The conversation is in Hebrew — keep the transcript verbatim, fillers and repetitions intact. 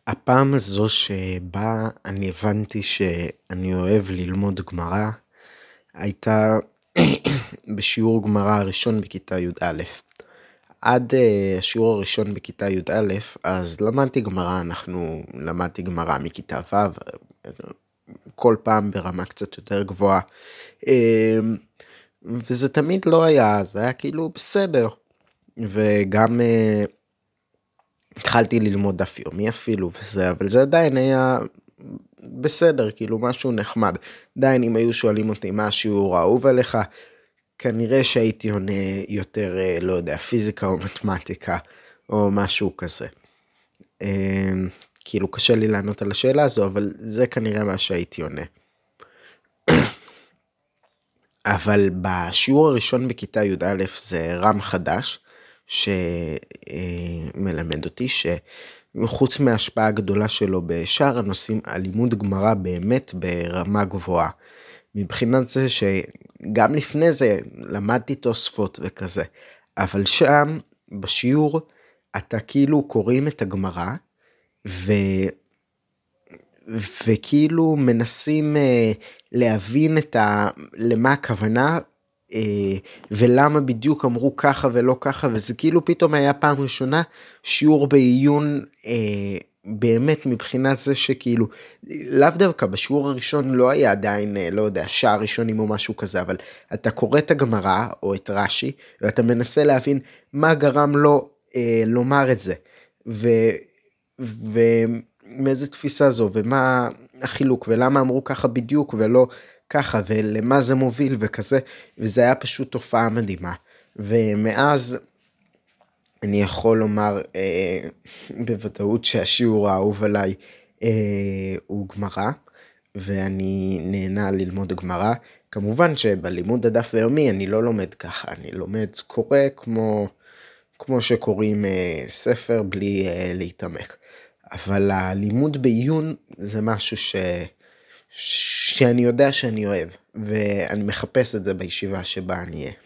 הפעם הזו שבה אני הבנתי שאני אוהב ללמוד גמרא, הייתה בשיעור גמרא הראשון בכיתה י"א. עד uh, השיעור הראשון בכיתה י"א, אז למדתי גמרא, אנחנו למדתי גמרא מכיתה ו', כל פעם ברמה קצת יותר גבוהה. Uh, וזה תמיד לא היה, זה היה כאילו בסדר. וגם uh, התחלתי ללמוד דף יומי אפילו וזה, אבל זה עדיין היה בסדר, כאילו משהו נחמד. עדיין אם היו שואלים אותי מה השיעור האהוב עליך, כנראה שהייתי עונה יותר, לא יודע, פיזיקה או מתמטיקה או משהו כזה. כאילו קשה לי לענות על השאלה הזו, אבל זה כנראה מה שהייתי עונה. אבל בשיעור הראשון בכיתה י"א זה רם חדש, שמלמד אותי שחוץ מההשפעה הגדולה שלו בשאר הנושאים, הלימוד גמרא באמת ברמה גבוהה. מבחינת זה שגם לפני זה למדתי תוספות וכזה, אבל שם בשיעור אתה כאילו קוראים את הגמרא, ו... וכאילו מנסים uh, להבין את ה... למה הכוונה, uh, ולמה בדיוק אמרו ככה ולא ככה, וזה כאילו פתאום היה פעם ראשונה שיעור בעיון, uh, באמת מבחינת זה שכאילו, לאו דווקא בשיעור הראשון לא היה עדיין, לא יודע, שער ראשונים או משהו כזה, אבל אתה קורא את הגמרא או את רש"י, ואתה מנסה להבין מה גרם לו אה, לומר את זה, ו... ומאיזה תפיסה זו, ומה החילוק, ולמה אמרו ככה בדיוק ולא ככה, ולמה זה מוביל וכזה, וזה היה פשוט תופעה מדהימה. ומאז אני יכול לומר אה, בוודאות שהשיעור האהוב עליי אה, הוא גמרא, ואני נהנה ללמוד גמרא. כמובן שבלימוד הדף היומי אני לא לומד ככה, אני לומד קורא כמו, כמו שקוראים אה, ספר בלי אה, להתעמק. אבל הלימוד בעיון זה משהו ש... שאני יודע שאני אוהב, ואני מחפש את זה בישיבה שבה אני אהיה.